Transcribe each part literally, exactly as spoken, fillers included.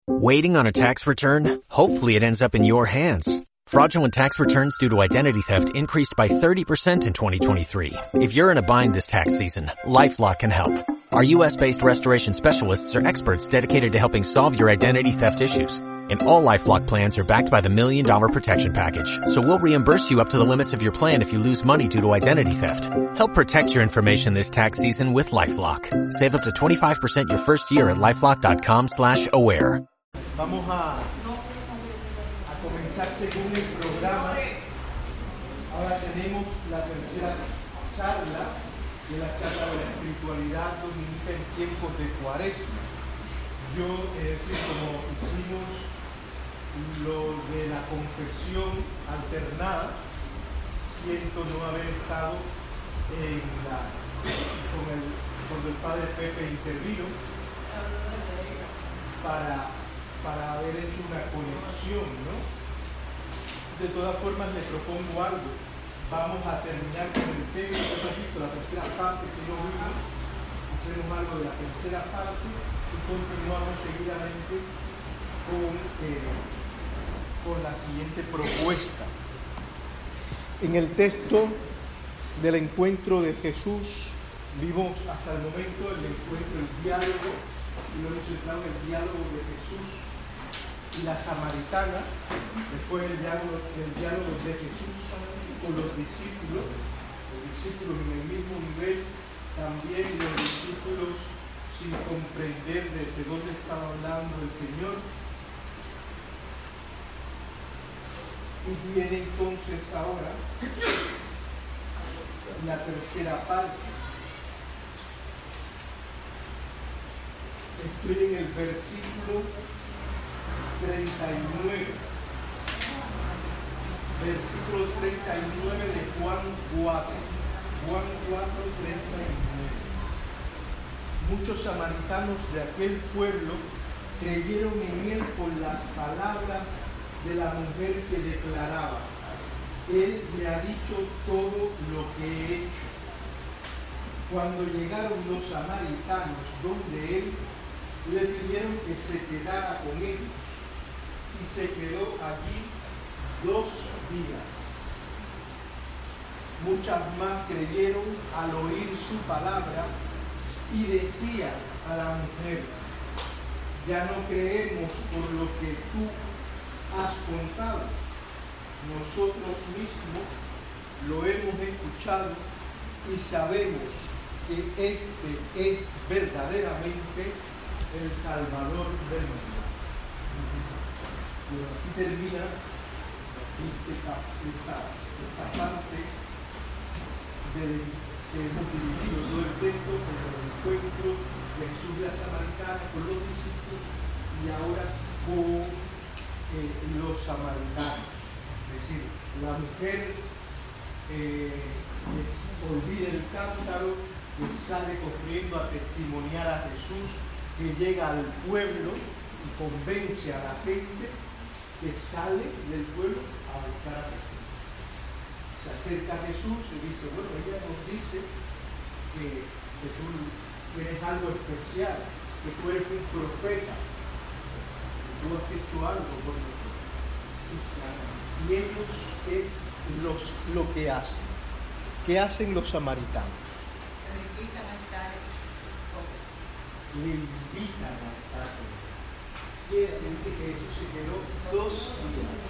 Waiting on a tax return? Hopefully it ends up in your hands. Fraudulent tax returns due to identity theft increased by thirty percent in twenty twenty-three. If you're in a bind this tax season, LifeLock can help. Our U S-based restoration specialists are experts dedicated to helping solve your identity theft issues. And all LifeLock plans are backed by the Million Dollar Protection Package. So we'll reimburse you up to the limits of your plan if you lose money due to identity theft. Help protect your information this tax season with LifeLock. Save up to twenty-five percent your first year at LifeLock.com slash aware. Vamos a, a comenzar según el programa. Ahora tenemos la tercera charla de la charla de la espiritualidad dominica en tiempos de Cuaresma. Yo, es decir, como hicimos lo de la confesión alternada, siento no haber estado en la, con el, cuando el padre Pepe intervino para para haber hecho una conexión, ¿no? De todas formas, le propongo algo. Vamos a terminar con el tema, la tercera parte que no vimos, hacemos algo de la tercera parte y continuamos seguidamente con, eh, con la siguiente propuesta. En el texto del encuentro de Jesús, vimos hasta el momento el encuentro, el diálogo, y lo hemos estado en el diálogo de Jesús y la samaritana, después el diálogo, el diálogo de Jesús con los discípulos, los discípulos en el mismo nivel, también los discípulos sin comprender desde dónde estaba hablando el Señor. Y viene entonces ahora la tercera parte. Estoy en el versículo treinta y nueve, versículo treinta y nueve de Juan cuatro, Juan cuatro, treinta y nueve. Muchos samaritanos de aquel pueblo creyeron en él por las palabras de la mujer que declaraba: él me ha dicho todo lo que he hecho. Cuando llegaron los samaritanos donde él, le pidieron que se quedara con ellos, y se quedó allí dos días. Muchas más creyeron al oír su palabra y decían a la mujer: ya no creemos por lo que tú has contado. Nosotros mismos lo hemos escuchado y sabemos que este es verdaderamente el Salvador del mundo. Bueno, aquí termina esta, esta, esta parte del que hemos dividido todo el texto con el encuentro de Jesús de la Samaritana con los discípulos y ahora con eh, los samaritanos. Es decir, la mujer eh, olvida el cántaro, que sale corriendo a testimoniar a Jesús, que llega al pueblo y convence a la gente, que sale del pueblo a buscar a Jesús. Se acerca a Jesús y dice: bueno, ella nos dice que, que tú tienes algo especial, que tú eres un profeta, que tú has hecho algo por nosotros. Y ellos es los, lo que hacen. ¿Qué hacen los samaritanos? Le invitan a estar con él. Dice que Jesús se quedó dos días.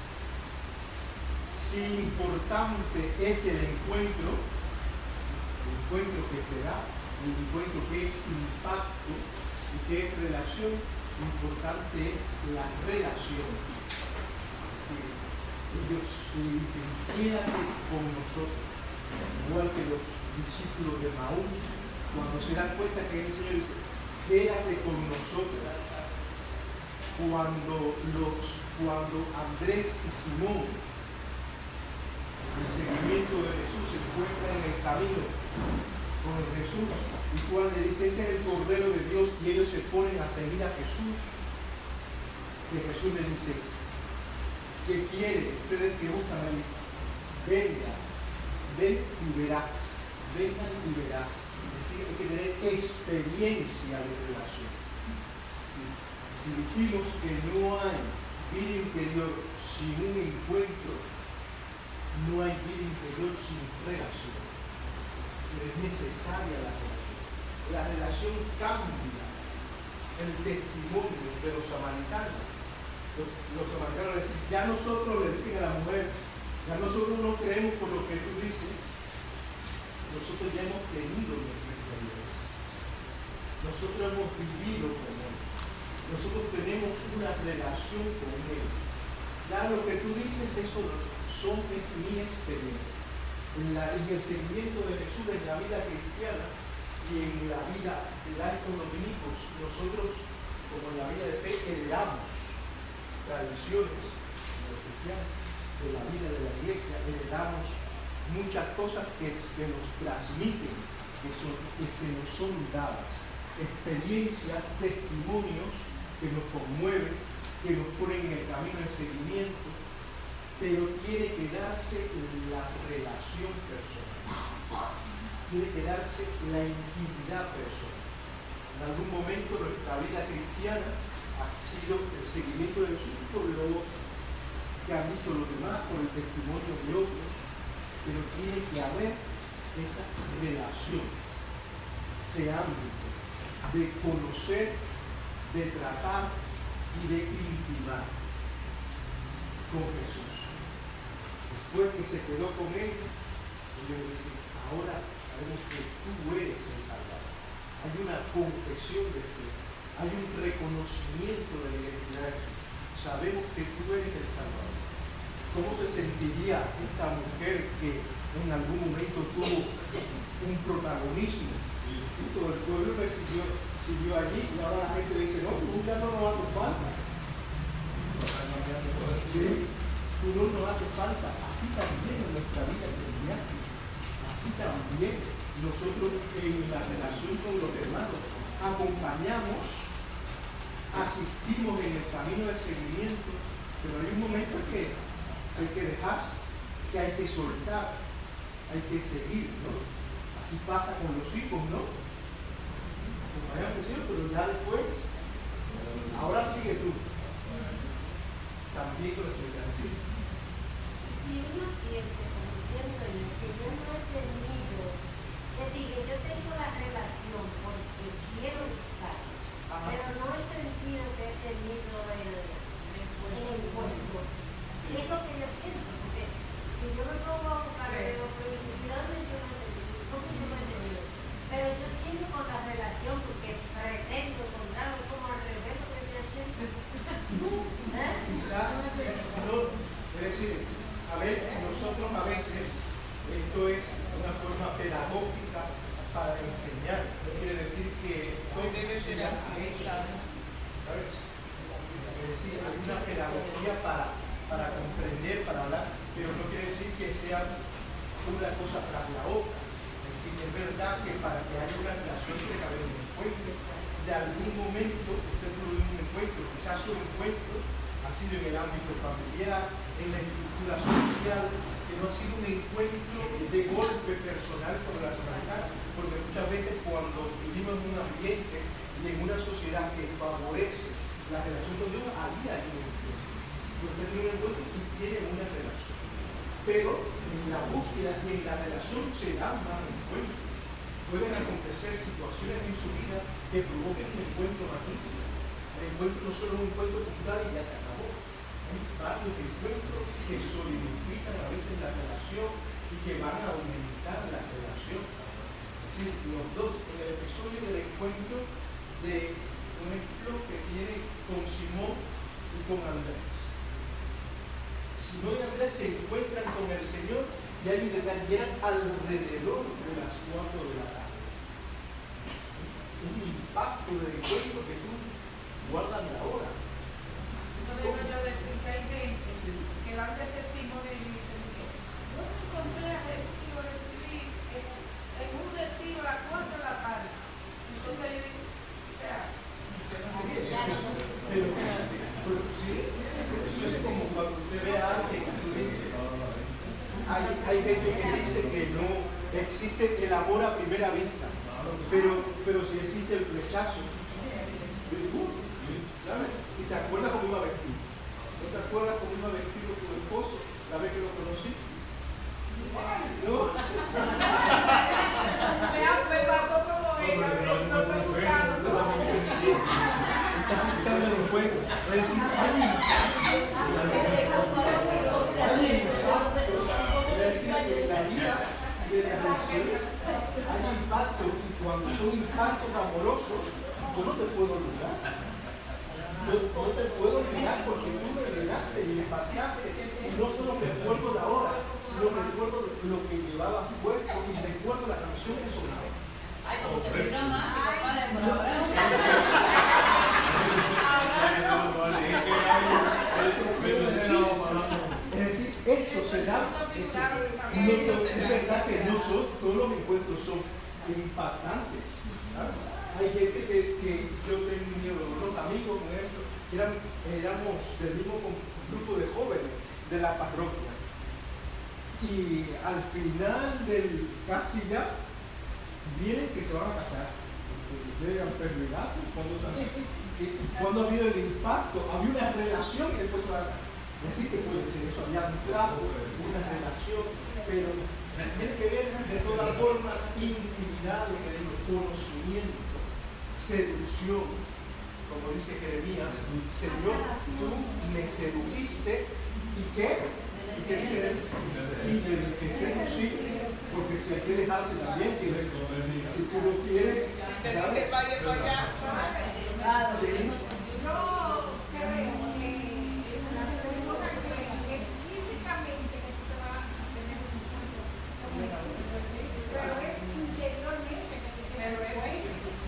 Si importante es el encuentro, el encuentro que se da, el encuentro que es impacto y que es relación, importante es la relación. Sí. Ellos le dicen: quédate con nosotros, igual que los discípulos de Maús, cuando se dan cuenta que el Señor dice: quédate con nosotros. Cuando, los, cuando Andrés y Simón, en el seguimiento de Jesús, se encuentran en el camino con Jesús, y Juan le dice: ese es el Cordero de Dios, y ellos se ponen a seguir a Jesús, que Jesús le dice: ¿qué quiere? Ustedes que gustan, me dicen: venga, ven y verás, vengan y verás. Es decir, hay que tener experiencia de relación. Es Si dijimos que no hay vida interior sin un encuentro, no hay vida interior sin relación. Pero es necesaria la relación. La relación cambia el testimonio de los samaritanos. Los, los samaritanos le dicen, ya nosotros le dicen a la mujer, ya nosotros no creemos por lo que tú dices, nosotros ya hemos tenido nuestra experiencia. Nosotros hemos vivido con Él. Nosotros tenemos una relación con Él. Ya lo que tú dices, eso son, es mi experiencia. En, la, en el seguimiento de Jesús en la vida cristiana y en la vida del año dominicos, nosotros, como en la vida de fe, heredamos tradiciones de los cristianos, de la vida de la iglesia, heredamos muchas cosas que se nos transmiten, que, son, que se nos son dadas, experiencias, testimonios que nos conmueven, que nos ponen en el camino de seguimiento, pero tiene que darse la relación personal, tiene que darse la intimidad personal. En algún momento nuestra vida cristiana ha sido el seguimiento de Jesús por lo que han dicho los demás, por el testimonio de otros, pero tiene que haber esa relación, ese ámbito de conocer, de tratar y de intimar con Jesús. Después que se quedó con él, ellos le dicen, ahora sabemos que tú eres el Salvador. Hay una confesión de fe, hay un reconocimiento de la identidad de Jesús. Sabemos que tú eres el Salvador. ¿Cómo se sentiría esta mujer que en algún momento tuvo un protagonismo? ¿Sí? Todo el pueblo recibió, siguió allí y ahora la gente dice, no, tú ya no nos haces falta. ¿Sí? Tú no nos haces falta. Así también en nuestra vida cristiana. Así también nosotros en la relación con los hermanos acompañamos, asistimos en el camino de seguimiento, pero hay un momento en que hay que dejar, que hay que soltar, hay que seguir, ¿no? Así pasa con los hijos, ¿no? Acompañamos, pero ya después, ahora sigue tú. También con la seguridad, sí. Si uno siente, como siento yo, que yo no he tenido, es decir, que yo tengo la relación porque quiero buscar, ajá, pero no he sentido que he tenido el, el encuentro. ¿Qué es lo que yo siento? Porque si yo me pongo a buscar, sí, digo, pero ¿dónde yo me he tenido? ¿Cómo yo me he tenido? Pero yo siento con la relación porque pretendo encontrarlo como al revés lo que yo siento. ¿Eh? Quizás, no, es decir, a ver, nosotros a veces, esto es una forma pedagógica para enseñar, no quiere decir que todo debe ser hecha, ¿sabes? Es decir, hay una pedagogía para, para comprender, para hablar, pero no quiere decir que sea una cosa tras la otra. Es decir, es verdad que para que haya una relación tiene que haber un encuentro. De algún momento, usted tuvo un encuentro, quizás su encuentro ha sido en el ámbito familiar, en la estructura social, que no ha sido un encuentro de golpe personal con la samaritana, porque muchas veces cuando vivimos en un ambiente y en una sociedad que favorece la relación con Dios, ahí hay un encuentro. Usted tiene un encuentro y tiene una relación. Pero en la búsqueda y en la relación se dan más encuentros. Pueden acontecer situaciones en su vida que provoquen un encuentro magnífico. El encuentro no solo es un encuentro puntual y ya se acabó. Hay varios encuentros que solidifican a veces la relación y que van a aumentar la relación. Es decir, los dos, en el episodio del encuentro de, por ejemplo, que tiene con Simón y con Andrés. Simón y Andrés se encuentran con el Señor y hay un detalle, eran alrededor de las cuatro de la tarde. Un impacto del encuentro que tú guardas la hora. No debo yo decir que hay gente que dan de testimonio y dicen que yo me encontré a Jesús y lo recibí en, en un retiro a las cuatro de la tarde. Entonces yo digo, o sea, pero, pero sí, eso es como cuando usted ve a alguien que tú dices, hay, hay gente que dice que no existe el amor a primera vista, pero, pero sí existe el flechazo. ¿Sabes? ¿Te acuerdas cómo iba vestido? ¿No te acuerdas cómo iba vestido tu esposo la vez que lo conocí? ¿No? Me pasó como ella, me lo estoy buscando. Estás buscando los juegos. Es decir, hay impacto. Es decir, en la vida de las relaciones hay impacto, y cuando son impactos amorosos, yo no te puedo olvidar. Yo no te puedo olvidar porque tú me llegaste y me impactaste. Y no solo recuerdo la hora, sino recuerdo lo que llevabas puesto y recuerdo la canción que sonaba. Ay, como que me más, mi papá de por ahora. Es decir, eso se da. Es, no, es verdad que no son, todos los encuentros son impactantes. ¿Sabes? Hay gente que, que yo tenía unos amigos con esto, eran, éramos del mismo grupo de jóvenes de la parroquia. Y al final del casi ya, vienen que se van a casar. De enfermedad, cuando, cuando ha habido el impacto, había una relación y después se van a casar. Es decir, que puede ser eso, había un trato, una relación, pero tiene que ver de todas formas intimidad, lo que digo, conocimiento, seducción. Como dice Jeremías, Señor, tú me sedujiste y qué? ¿Y qué dice? Y me seducí, porque si hay que dejarse también, si, si tú lo quieres, ¿sabes? Sí. Pero es interiormente que te quiero ver.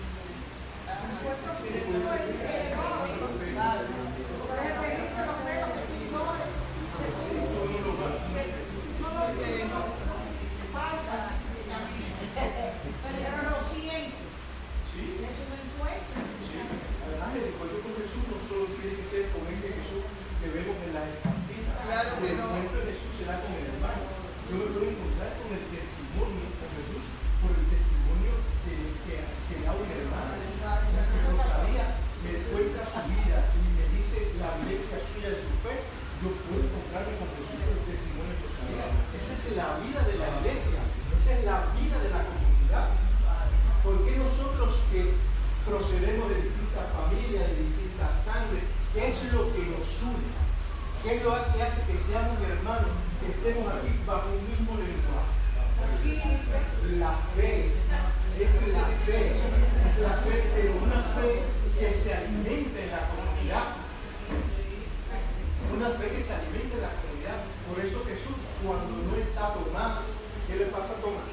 Pero lo siento. Sí. Eso me encuentra. Sí. Además, el encuentro con Jesús no solo tiene que ser con ese Jesús que vemos en la estampitas. Claro que el no. encuentro de Jesús será con el hermano. Yo me puedo encontrar con el testimonio de Jesús por el testimonio que, que, que da un hermano. Si Rosalía me cuenta su vida y me dice la vivencia suya de su fe, yo puedo encontrarme con Jesús por el testimonio de Rosalía. Esa es la vida de la iglesia, esa es la vida de la comunidad. ¿Por qué nosotros que procedemos de distintas familias, de distintas sangres, qué es lo que nos une? ¿Qué es lo que hace que seamos hermanos, que estemos aquí bajo un mismo lenguaje? La fe, es la fe, es la fe, pero una fe que se alimenta en la comunidad. Una fe que se alimenta en la comunidad. Por eso Jesús, cuando no está Tomás, ¿qué le pasa a Tomás?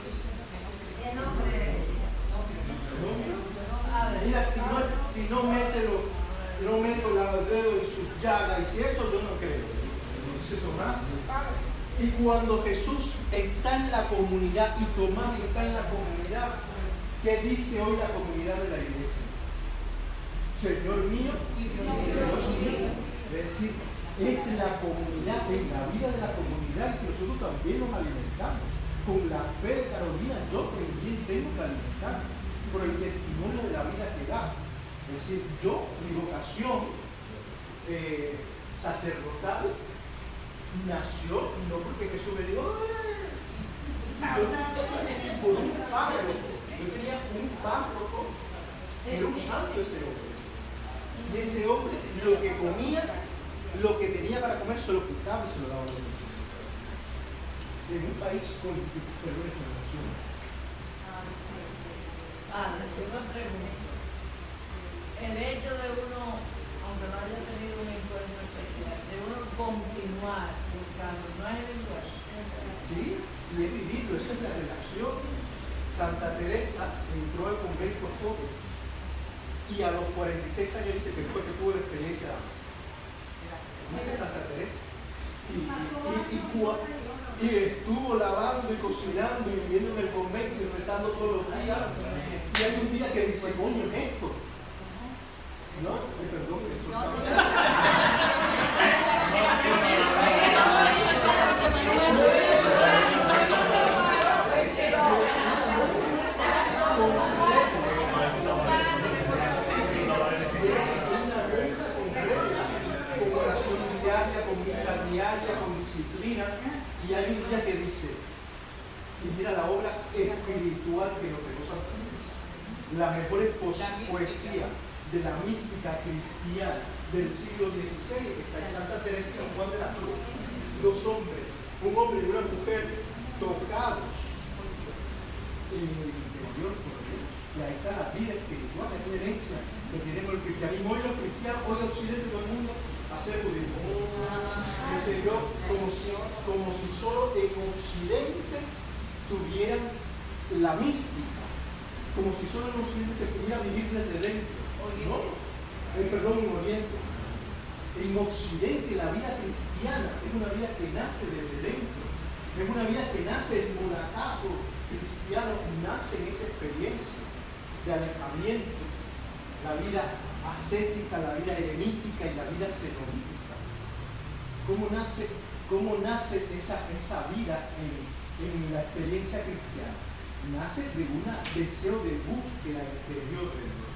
Mira, si no, si no mete lo, no meto los dedos en sus llagas, y si eso yo no creo. Dice Tomás. Y cuando Jesús está en la comunidad y Tomás está en la comunidad, ¿qué dice hoy la comunidad de la iglesia? Señor mío y Dios mío. Es decir, es la comunidad, en la vida de la comunidad que nosotros también nos alimentamos. Con la fe de Carolina yo también tengo que alimentarme por el testimonio de la vida que da. Es decir, yo, mi vocación eh, sacerdotal nació no porque Jesús me dijo, ¡eh! Yo, por un párroco, yo tenía un párroco, era un santo ese hombre. Y ese hombre lo que comía, lo que tenía para comer, se lo quitaba y se lo daba a los niños. En un país con diferentes relaciones. Padre, yo me pregunto, el hecho de uno, aunque no haya tenido un encuentro especial, de uno continuar buscando, no es el encuentro. Sí, y he vivido, esa es la relación. Santa Teresa entró al convento joven y a los cuarenta y seis años dice que después que tuvo la experiencia, dice Santa Teresa, y, y, y, y, y estuvo lavando y cocinando y viviendo en el convento y rezando todos los días. Y hay un día que dice, coño, es esto. ¿No? Me perdón, eso diaria, con disciplina, y hay un día que dice, y mira la obra espiritual que nos dejó Santa Teresa, la mejor poesía de la mística cristiana del siglo dieciséis está en Santa Teresa y San Juan de la Cruz. Dos hombres, un hombre y una mujer tocados en el interior por Dios. Y ahí está la vida espiritual, la herencia que tenemos el cristianismo. Hoy los cristianos, hoy Occidente, todo el mundo hace budismo. Que se dio como si, como si solo en Occidente tuvieran la mística, como si solo en Occidente se pudiera vivir desde dentro. ¿No? Eh, perdón, en Oriente. En Occidente la vida cristiana es una vida que nace desde dentro, es una vida que nace, el monacato cristiano nace en esa experiencia de alejamiento, la vida ascética, la vida eremítica y la vida cenobítica. ¿Cómo nace, cómo nace esa, esa vida en, en la experiencia cristiana? Nace de un deseo de búsqueda interior de Dios.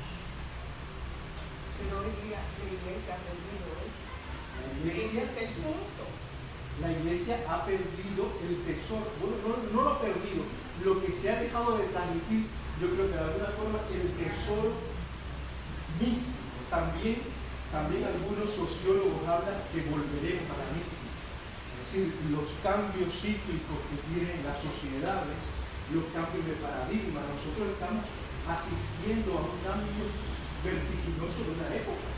Pero hoy día la iglesia ha perdido eso. La iglesia, Ese es el punto. la iglesia ha perdido el tesoro. Bueno, no, no lo ha perdido. Lo que se ha dejado de transmitir, yo creo que de alguna forma, el tesoro místico. También, también algunos sociólogos hablan que volveremos a la mística. Es decir, los cambios cíclicos que tienen las sociedades, los cambios de paradigma. Nosotros estamos asistiendo a un cambio vertiginoso de una época.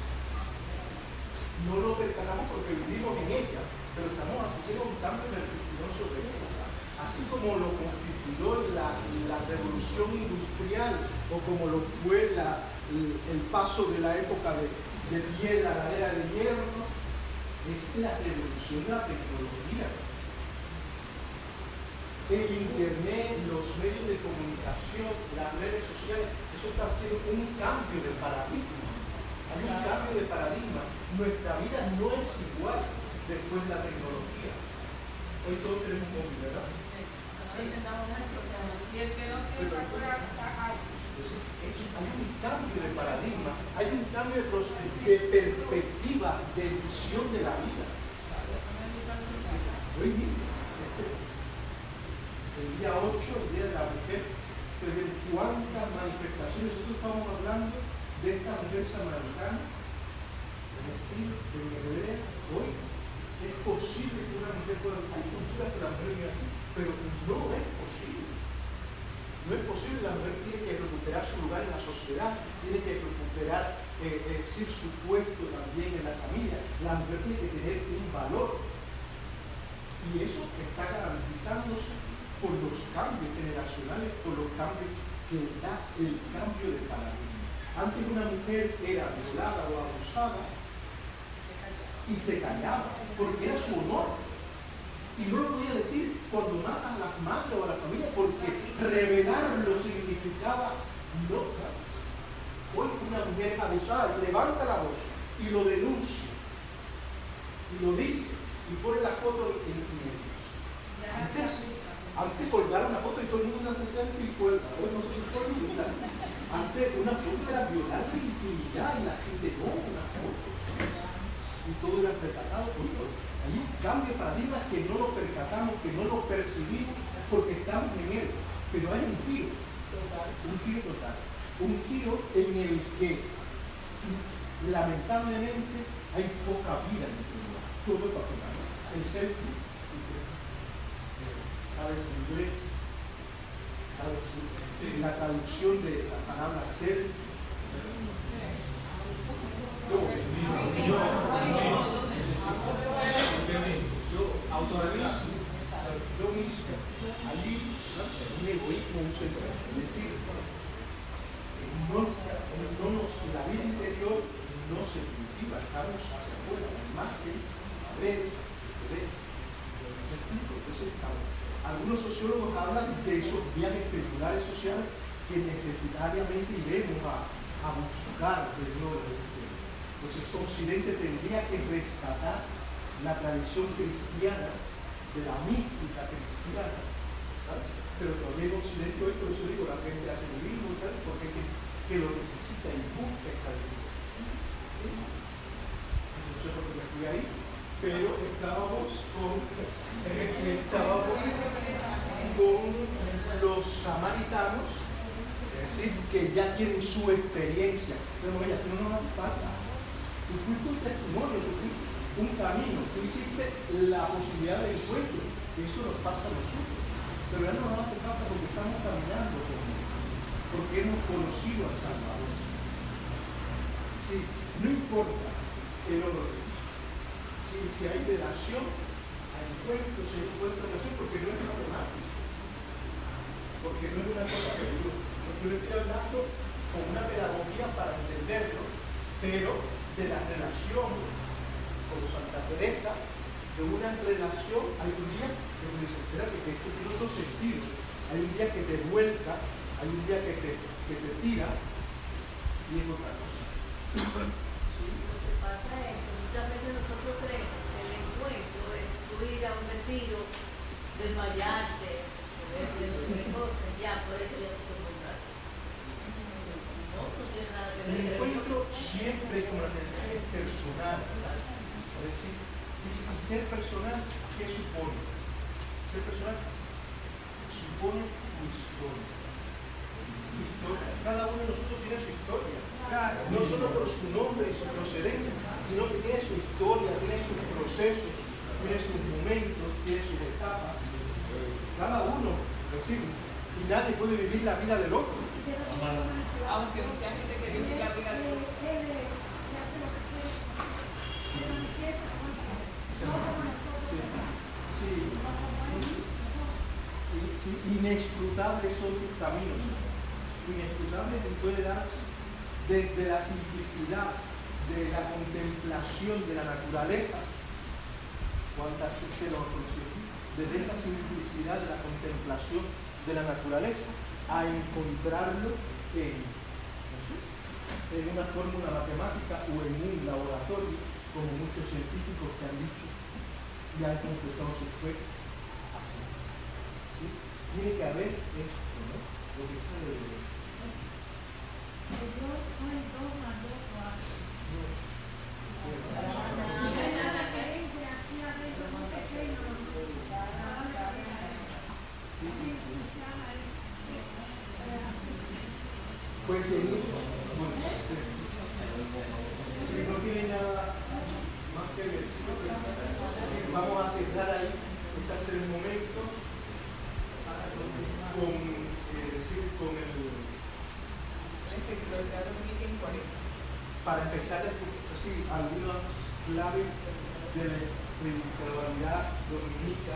No lo percatamos porque vivimos en ella, pero estamos asistiendo a un cambio vertiginoso de época. Así como lo constituyó la, la revolución industrial o como lo fue la, el, el paso de la época de, de piedra a la era de hierro, es la revolución de la tecnología. El internet, los medios de comunicación, las redes sociales, eso está haciendo un cambio de paradigma. Hay un cambio de paradigma. Nuestra vida no es igual después de la tecnología. Hoy todos tenemos un móvil, ¿verdad? Y el que no tiene factura, hay. Entonces, eso, hay un cambio de paradigma, hay un cambio de, de perspectiva, de visión de la vida. Hoy mismo, este, el día ocho, el Día de la Mujer, pero en cuántas manifestaciones nosotros estamos hablando de esta mujer samaritana, es decir, de Hebrea, hoy es posible que una mujer pueda, hay culturas que la mujer vive así, pero no es posible. No es posible, la mujer tiene que recuperar su lugar en la sociedad, tiene que recuperar, eh, eh, decir, su puesto también en la familia. La mujer tiene que tener un valor. Y eso está garantizándose por los cambios generacionales, por los cambios que da el cambio de paradigma. Antes una mujer era violada o abusada y se callaba, porque era su honor. Y no lo podía decir cuando más a las madres o a la familia, porque revelarlo significaba no. Hoy una mujer abusada levanta la voz y lo denuncia, y lo dice, y pone la foto en los medios. Antes, antes colgaron una foto y todo el mundo se acercaba y cuelga. Hoy no se olvida. Antes una foto era violar la intimidad y la gente no, una foto. Y todo era percatado por todo. Hay un cambio de paradigma que no lo percatamos, que no lo percibimos, porque estamos en él. Pero hay un giro, un giro total. Un giro en el que, lamentablemente, hay poca vida en el mundo. Todo es papel. El selfie, ¿sabes inglés? ¿Sabes? Sí, la traducción de la palabra selfie. Yo, yo, yo autorizo, yo mismo, allí, un egoísmo, un centro. Es decir, no, no nos, la vida interior no se cultiva, estamos hacia afuera, la imagen, a ver, se ve. Entonces, algunos sociólogos hablan de esos viajes pendulares sociales que necesariamente iremos a, a buscar de nuevo. Entonces, Occidente tendría que rescatar la tradición cristiana, de la mística cristiana, ¿sabes? Pero todavía en Occidente hoy, por eso digo, la gente hace budismo y tal, porque es que, que lo necesita y busca esa vida. No sé por qué me fui ahí, pero estábamos con, eh, estábamos con los samaritanos, es decir, que ya tienen su experiencia. Entonces, oye, tú no nos hace falta. Tú fuiste un testimonio, tú fuiste un camino, tú hiciste la posibilidad de encuentro, que eso nos pasa a nosotros. Pero ya no nos hace falta porque estamos caminando con Él, porque hemos conocido al Salvador. Sí, no importa el orden. Si, si hay relación, hay encuentro, si hay encuentro, relación, porque no es matemático. Porque no es una cosa que yo, yo le estoy hablando con una pedagogía para entenderlo, pero de la relación con Santa Teresa, de una relación, hay un día que me dice, espérate, que esto tiene otro sentido, hay un día que te vuelca, hay un día que te, que te tira, y es otra cosa. Sí, lo que pasa es que muchas veces nosotros creemos que el encuentro es tú ir a un retiro, desmayarte, de no sé qué cosas, ya, por eso ya te estoy contando. No, no tiene nada que ver. El encuentro siempre con la relación personal, es decir, y, y ser personal, ¿qué supone? Ser personal supone tu historia. Historia. Cada uno de nosotros tiene su historia. No solo por su nombre y su procedencia, sino que tiene su historia, tiene sus procesos, tiene sus momentos, tiene sus etapas. Cada uno, es decir, y nadie puede vivir la vida del otro. Aunque mucha gente quiere vivir la vida de otro. Sí, sí, inescrutables son tus caminos. Inescrutables te puede darse desde la simplicidad de la contemplación de la naturaleza. ¿Cuántas veces lo conocí? Desde esa simplicidad de la contemplación de la naturaleza a encontrarlo en, en una fórmula matemática o en un laboratorio, como muchos científicos que han dicho y han confesado su fe así. ¿Sí? Tiene que haber esto, ¿no? Lo que sale de él. Pues en eso, bueno, sí. Si no tiene nada más que decir, sí, vamos a cerrar ahí estos tres momentos con, eh, decir, con el... Para empezar, así, algunas claves de la espiritualidad dominica,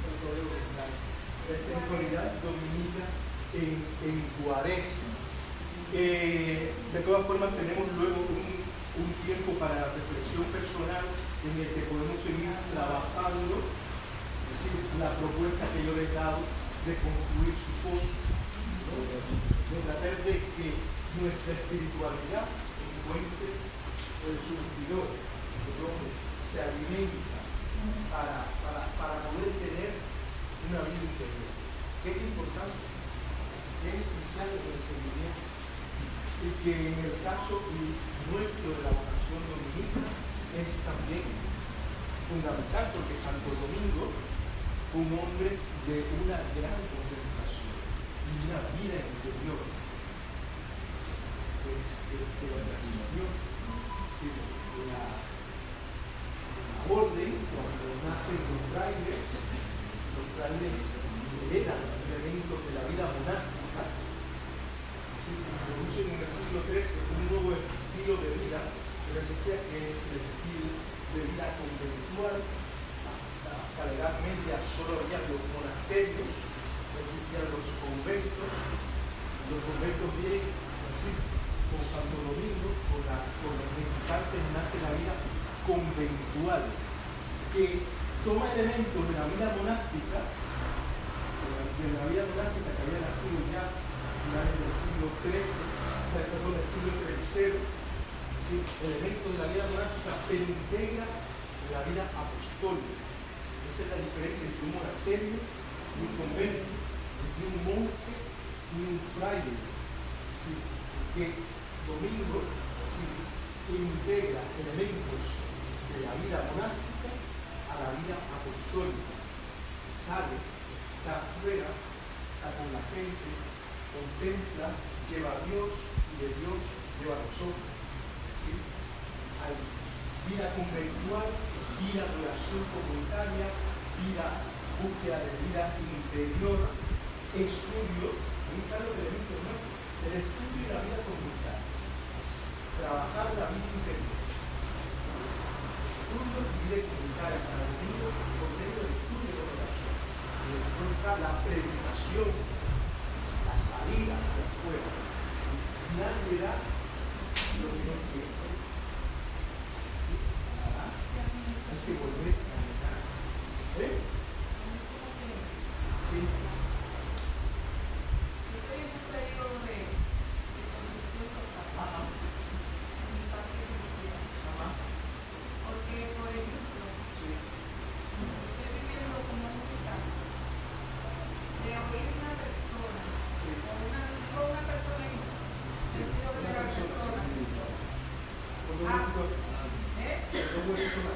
la espiritualidad dominica en, en Cuaresma. Eh, de todas formas, tenemos luego un, un tiempo para reflexión personal en el que podemos seguir trabajando, es decir, la propuesta que yo les he dado de construir su pozo, ¿no? De tratar de que nuestra espiritualidad encuentre el surtidor, donde se alimenta para, para, para poder tener una vida interior. ¿Qué es importante? ¿Qué es esencial en el seguimiento? Y que en el caso nuestro de la vocación dominica es también fundamental, porque Santo Domingo fue un hombre de una gran contemplación y una vida interior. Pues, que, que la transición, que la, la orden, cuando nacen los frailes, los frailes heredan elementos de la vida monástica, introducen en el siglo trece un nuevo estilo de vida, que existía, que es el estilo de vida conventual. Hasta, hasta la Edad Media solo había los monasterios, existían los conventos. Los conventos vienen, así, con Santo Domingo, con, la, con los mendicantes nace la vida conventual, que toma elementos de la vida monástica, de la vida monástica que había nacido ya finales del siglo trece, perdón, del siglo tercero, ¿sí? Elementos de la vida monástica, pero integra la vida apostólica. Esa es la diferencia entre un monasterio y un convento, entre un monje y un fraile. ¿Sí? Que Domingo, ¿sí?, integra elementos de la vida monástica la vida apostólica. Sale, está afuera, está con la gente, contempla, lleva a Dios y de Dios lleva a nosotros. ¿Sí? Hay vida conventual, vida de oración comunitaria, vida, búsqueda de vida interior, estudio. Ahí están los elementos nuestros, el estudio y la vida comunitaria. Trabajar la vida interior. Estudio y vida comunitaria para el mundo por medio del estudio de oración. Y después está la predicación, la salida hacia afuera. Nadie da lo que no quiere. ¿Sí? ¿Ah? Hay que volver a caminar. ¿Eh? Sí. Estoy en un periodo de, de condición total. Ajá. En mi parte cristiana. Ajá. Porque, por ejemplo, Sí. estoy viviendo como un hospital. De oír una persona, Sí. o una, digo una persona en Sí. sentido Una general persona. persona. Con dos Ah. huequitos. ¿Eh? Con dos huequitos.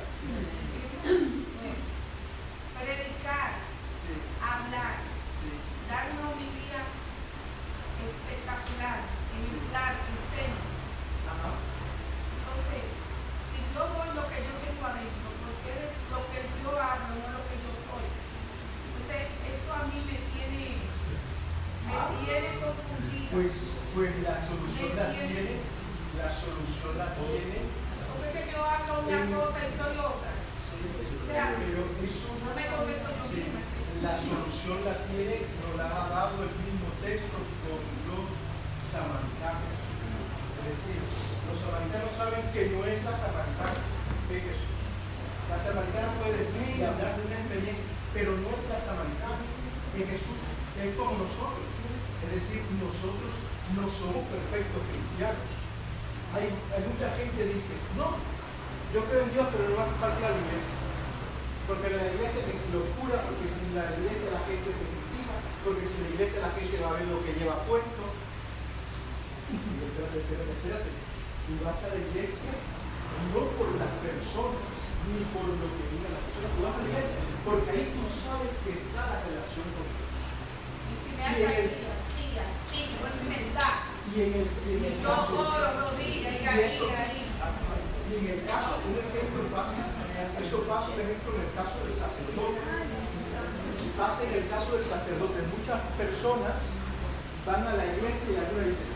Predicar, Sí. hablar, Sí. dar una homilía espectacular, ejemplar, enseña. Ajá. Entonces, si yo doy lo que yo tengo adentro, porque es lo que yo hablo, no lo que yo soy. Entonces, eso a mí me tiene, me Ah. tiene confundida. Pues, pues la solución Me la tiene- tiene, la solución la tiene. Porque es que yo hablo una En- cosa y soy otra. Sí, sea, pero eso No me convenzo yo sí, misma. la solución la tiene, nos la ha dado el mismo texto con los samaritanos. Es decir, los samaritanos saben que no es la samaritana de Jesús. La samaritana puede decir y hablar de una experiencia, pero no es la samaritana de Jesús, es como nosotros. Es decir, nosotros no somos perfectos cristianos. Hay, hay mucha gente que dice, no, yo creo en Dios, pero no hace falta la iglesia. Porque la iglesia que es locura, porque sin la iglesia la gente se critica, porque sin la iglesia la gente va a ver lo que lleva puesto. Espérate, espérate, espérate. Tú vas a la iglesia no por las personas, ni por lo que digan las personas. Tú vas a la iglesia porque ahí tú sabes que está la relación con Dios. Y si me Y hace en el- así, tía, tía, por inventar. Y en el, en el Yo caso... oro, rodilla y y garí, eso- garí. Y en el caso, un ejemplo pasa, eso pasa, por ejemplo, en el caso del sacerdote. Pasa en el caso del sacerdote. Muchas personas van a la iglesia y alguna dicen,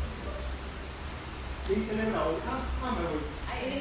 ¿qué dicen en la hora? Ah, ah, me voy.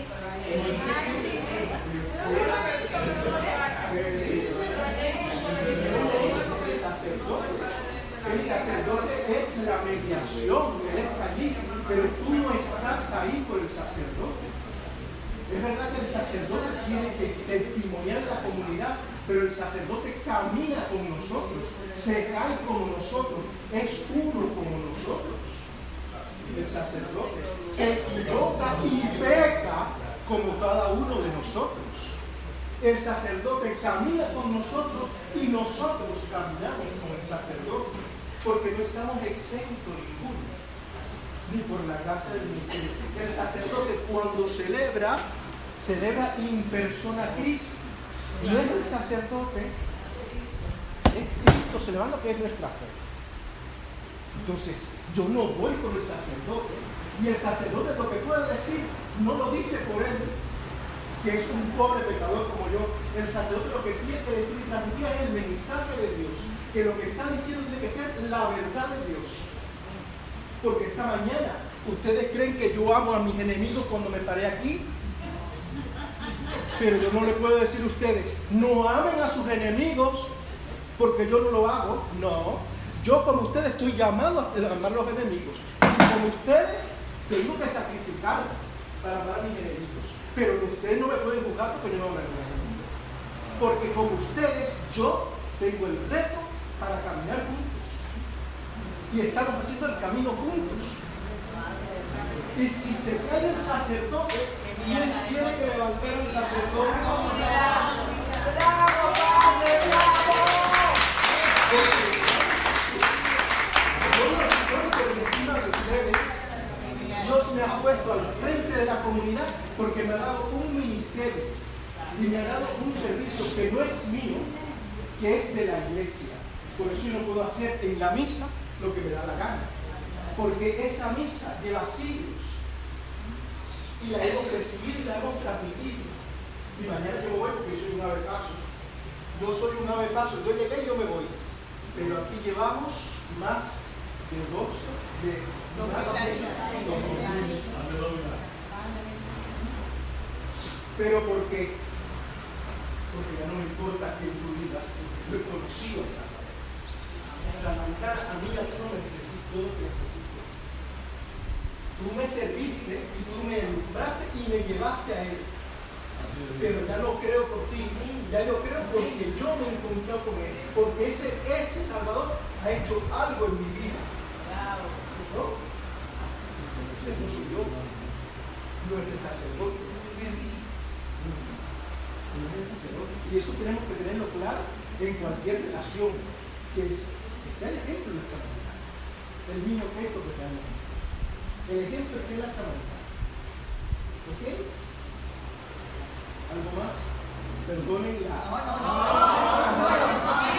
El sacerdote, el sacerdote es la mediación, él está allí, pero tú no estás ahí por el sacerdote. Es verdad que el sacerdote tiene que testimoniar en la comunidad, pero el sacerdote camina con nosotros, se cae como nosotros, es uno como nosotros. El sacerdote se equivoca y peca como cada uno de nosotros. El sacerdote camina con nosotros y nosotros caminamos con el sacerdote, porque no estamos exentos ninguno, ni por la gracia del ministerio. El sacerdote cuando celebra, celebra in persona Cristo. No es el sacerdote, es Cristo celebrando, que es nuestra fe. Entonces, yo no voy con el sacerdote, y el sacerdote lo que puede decir no lo dice por él, que es un pobre pecador como yo. El sacerdote lo que tiene que decir y transmitir es el mensaje de Dios, que lo que está diciendo tiene que ser la verdad de Dios. Porque esta mañana, ¿ustedes creen que yo amo a mis enemigos cuando me paré aquí? Pero yo no le puedo decir a ustedes, no amen a sus enemigos, porque yo no lo hago. No, yo como ustedes estoy llamado a amar a los enemigos. Y como ustedes, tengo que sacrificar para amar a mis enemigos. Pero ustedes no me pueden juzgar porque yo no amo a mis enemigos. Porque como ustedes, yo tengo el reto para caminar juntos. Y estamos haciendo el camino juntos. Y si se cae el sacerdote, ¿quién quiere que levante al sacerdote? ¡Bravo, padre! ¡Bravo! Porque por encima de ustedes, Dios me ha puesto al frente de la comunidad porque me ha dado un ministerio y me ha dado un servicio que no es mío, que es de la iglesia. Por eso yo no puedo hacer en la misa lo que me da la gana. Porque esa misa lleva siglos. Y la hemos recibido y la hemos transmitido. Y mañana yo me voy porque yo soy un ave paso. Yo soy un ave paso. Yo llegué y yo me voy. Pero aquí llevamos más de dos, de más de dos años. Pero ¿por qué? Porque ya no me importa quién tú digas, yo he conocido a esa manera. Samaritana, amiga, tú no me necesitas, yo no te necesito. Tú me serviste y tú me alumbraste y me llevaste a él. Pero ya no creo por ti, ya yo creo porque yo me he encontrado con él, porque ese, ese Salvador ha hecho algo en mi vida. ¿No? Entonces no soy yo, no es el sacerdote. No es el sacerdote. Y eso tenemos que tenerlo claro en cualquier relación, que, es, que haya ejemplo en la samaritana. El mismo ejemplo que tenemos. El ejemplo es que es la samaritana. ¿Ok? ¿Algo más? Perdonen la... No, no, no.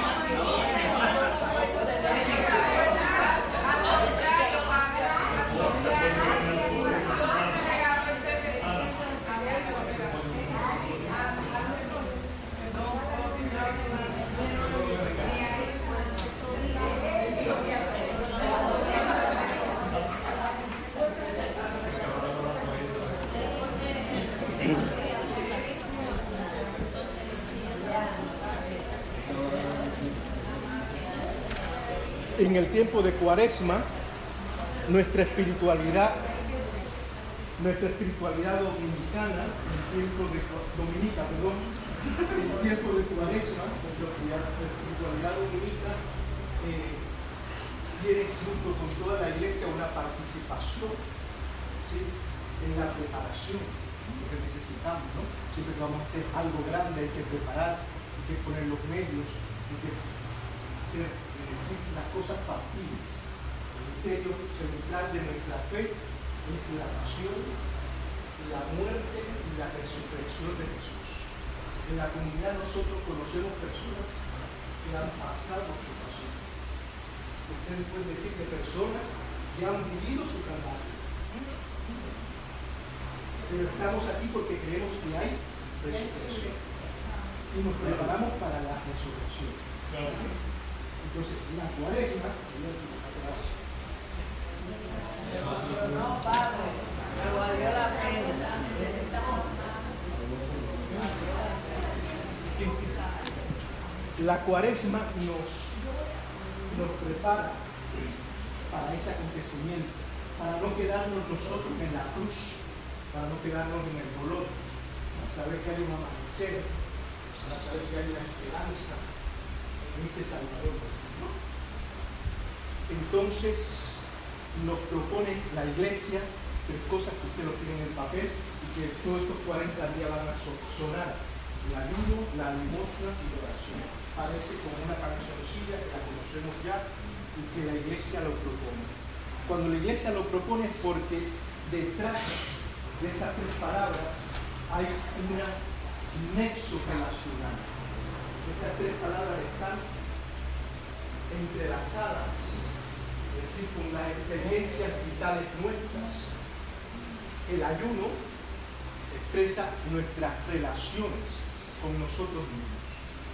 En el tiempo de Cuaresma, nuestra espiritualidad, nuestra espiritualidad dominicana, el tiempo de dominica, perdón, el tiempo de Cuaresma, nuestra espiritualidad dominica eh, tiene junto con toda la iglesia una participación, ¿sí?, en la preparación, lo que necesitamos, ¿no? Siempre que vamos a hacer algo grande hay que preparar, hay que poner los medios, hay que hacer las cosas factibles. El misterio central de nuestra fe es la pasión, la muerte y la resurrección de Jesús. En la comunidad nosotros conocemos personas que han pasado su pasión. Ustedes pueden decir de personas que han vivido su carnaval. Pero estamos aquí porque creemos que hay resurrección. Y nos preparamos para la resurrección. Entonces, la Cuaresma, no, padre, me valió la pena. La Cuaresma nos, nos prepara para ese acontecimiento, para no quedarnos nosotros en la cruz, para no quedarnos en el dolor, para saber que hay un amanecer, para saber que hay una esperanza en ese Salvador. Entonces nos propone la iglesia tres cosas que usted lo tiene en el papel y que todos estos cuarenta días van a sonar: el ayuno, la limosna y la oración. Parece como una cancioncilla que la conocemos ya y que la iglesia lo propone. Cuando la iglesia lo propone es porque detrás de estas tres palabras hay un nexo relacional. Estas tres palabras están entrelazadas, es decir, con las experiencias vitales nuestras. El ayuno expresa nuestras relaciones con nosotros mismos.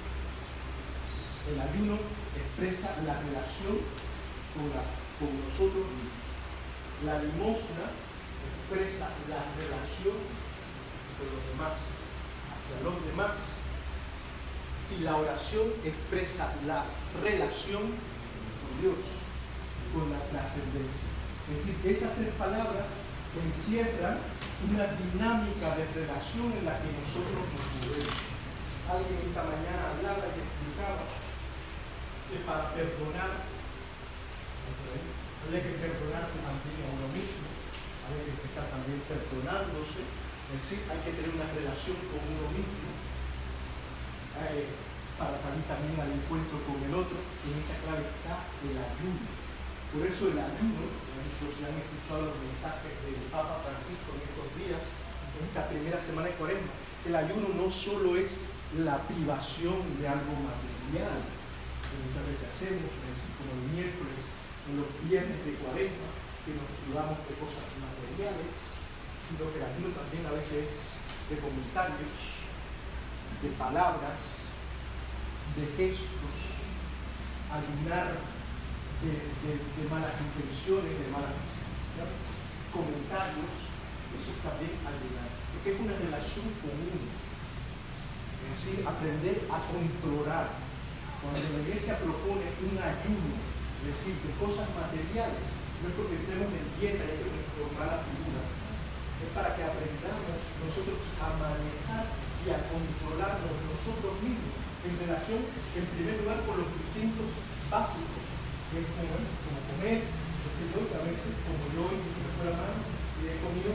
El ayuno expresa la relación con, la, con nosotros mismos. La limosna expresa la relación con los demás, hacia los demás. Y la oración expresa la relación con Dios, con la trascendencia. Es decir, que esas tres palabras encierran una dinámica de relación en la que nosotros nos movemos. Alguien esta mañana hablaba y explicaba que para perdonar había que perdonarse también a uno mismo, había que empezar también perdonándose, es decir, hay que tener una relación con uno mismo. Eh, para salir también al encuentro con el otro, y en esa clave está el ayuno. Por eso el ayuno, por ejemplo, si han escuchado los mensajes del Papa Francisco en estos días, en esta primera semana de Cuaresma, el ayuno no solo es la privación de algo material, que muchas veces hacemos, como el miércoles, en los viernes de cuarenta, que nos privamos de cosas materiales, sino que el ayuno también a veces es de comentarios, de palabras, de gestos, ayunar de, de, de malas intenciones, de malas ¿no? comentarios, eso es también ayunar, porque es una relación común, es decir, aprender a controlar. Cuando la iglesia propone un ayuno, es decir, de cosas materiales, no es porque estemos en dieta y hay que formar la figura, es para que aprendamos nosotros a manejar y a controlarnos nosotros mismos en relación, en primer lugar, con los instintos básicos, que es como, como comer, no sé yo, a veces como yo hoy se me fue la mano y he comido.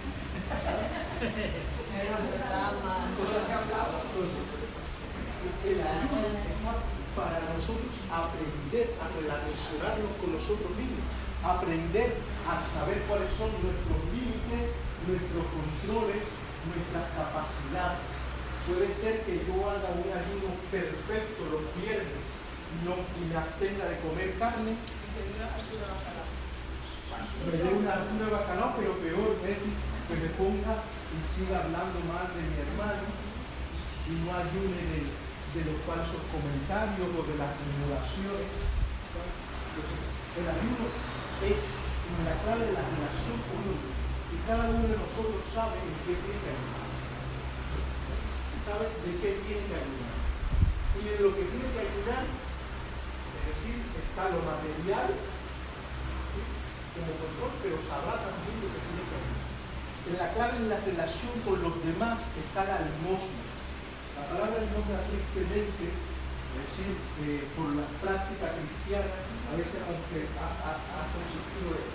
El ayuno es para nosotros aprender a relacionarnos con nosotros mismos, aprender a saber cuáles son nuestros límites, nuestros controles, nuestras capacidades. Puede ser que yo haga un ayuno perfecto los viernes no, y me abstenga de comer carne. Me dé una altura de bacalao, pero peor es que me ponga y siga hablando mal de mi hermano y no ayune de, de los falsos comentarios o de las murmuraciones. Entonces, el ayuno es la clave de la relación con Dios. Y cada uno de nosotros sabe en qué tiene que ayunar. Sabe de qué tiene que ayunar. Y en lo que tiene que ayunar, es decir, está lo material, ¿sí? como control, pero sabrá también lo que tiene que ayunar. En la clave en la relación con los demás está la limosna. La palabra limosna tristemente, es decir, eh, por la práctica cristiana, a veces aunque ha, ha, ha consistido de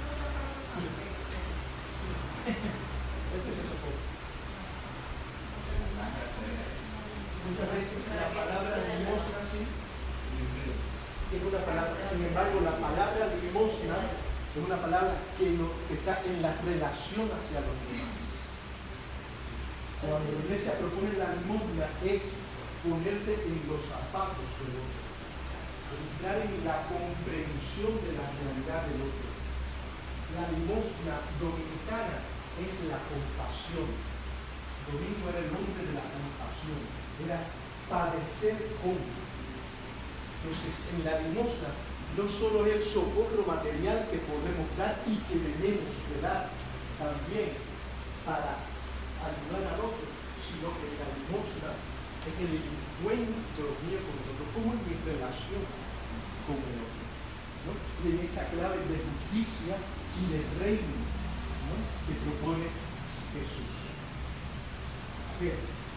muchas veces la palabra limosna sí, es una palabra, sin embargo la palabra limosna es una palabra que, no, que está en la relación hacia los demás. Cuando la iglesia propone la limosna es ponerte en los zapatos del otro, entrar en la comprensión de la realidad del otro. La limosna dominicana es la compasión. Domingo era el nombre de la compasión, era padecer con. Entonces, en la limosna no solo es el socorro material que podemos dar y que debemos de dar también para ayudar al otro, sino que la limosna es el encuentro mío con el otro, como en mi relación con el otro, ¿no? Y en esa clave de justicia y de reino, ¿no? que propone Jesús. Bien,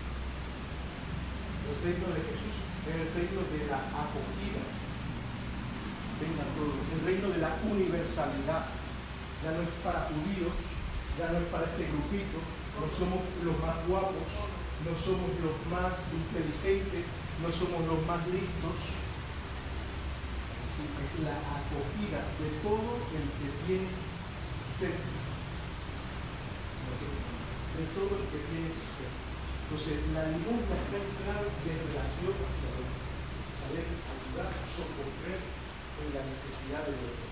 el reino de Jesús es el reino de la acogida. Vengan todos. El reino de la universalidad. Ya no es para judíos, ya no es para este grupito, no somos los más guapos, no somos los más inteligentes, no somos los más listos. Es la acogida de todo el que tiene sed. De todo el que tiene sed. Entonces, la limosna está en clave de relación hacia el otro. Saber ayudar, socorrer en la necesidad del otro.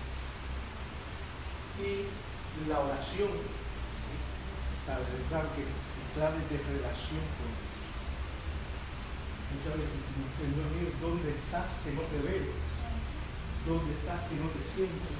Y la oración está en clave de relación con Dios. Muchas veces decimos, Señor mío, ¿dónde estás que no te veo? ¿Dónde estás que no te siento?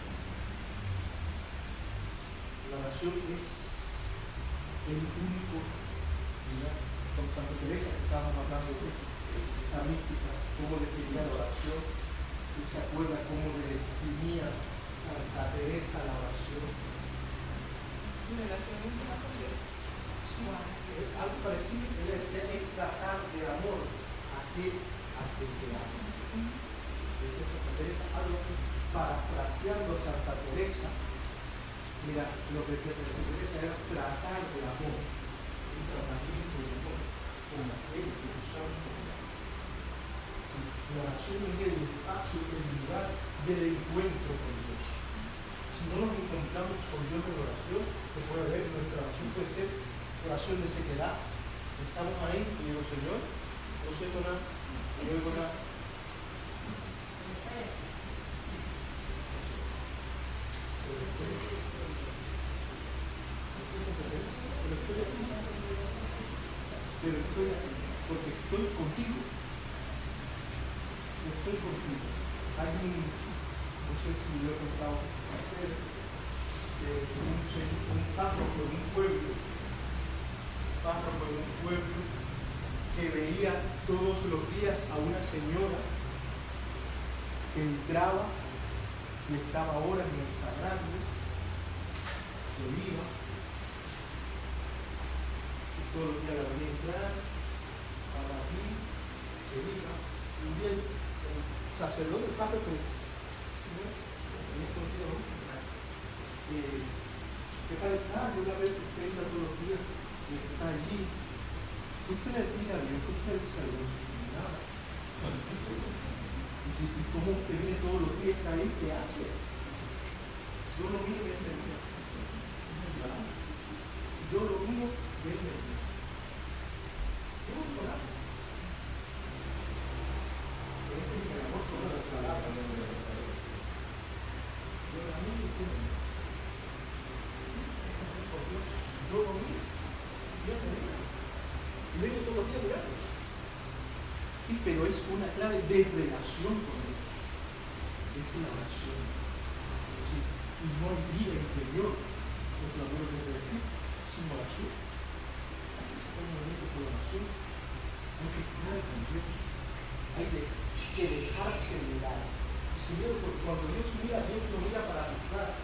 La oración es el único, ¿verdad? Con Santa Teresa que estábamos hablando de esta mística, cómo definía la oración, y se acuerda cómo le definía Santa Teresa la oración. Relación íntima con Dios. Algo parecido, ella decía, es tratar de amor a aquel a quien te ama. Dice Santa Teresa, algo así, parafraseando a Santa Teresa, mira, lo que decía Santa Teresa era tratar de amor, un tratamiento de amor con aquel que nos ama. La oración es el espacio, el lugar del encuentro con Dios. Si no nos encontramos con Dios en oración, que puede haber, nuestra oración puede ser oración de sequedad. Estamos ahí y digo, Señor, sonar, no oigo nada. Pero estoy aquí, porque estoy contigo. Estoy contigo. Hay un, no sé si lo he contado a ustedes, de un, un párroco de un pueblo, párroco de un pueblo, que veía todos los días a una señora que entraba y estaba horas en el sagrario, se iba, y todos los días la venía a entrar, para aquí, se iba. Un día el sacerdote, el párroco, en estos días, ¿no? Eh, ¿qué tal está? Yo la veo que usted entra todos los días y está allí. Usted le pide a Dios, que usted le saluda, nada. Y como usted viene todos los días, está ahí, ¿qué hace? Yo lo mío es de mí. Yo lo mío es de mí. Yo no lo hago. Ese es el amor sobre la palabra. Yo lo mío es de mí. Yo lo mío es de mí. Y vengo todos los días a mirarlos. Sí, pero es una clave de relación con Dios. Es la oración. Sí. Y no hay vida interior. Los labores de decir, sin oración. Hay que sacar un momento por oración. Hay que estar con Dios. Hay de, que dejarse mirar. Si Dios, cuando Dios mira, Dios no mira para juzgar.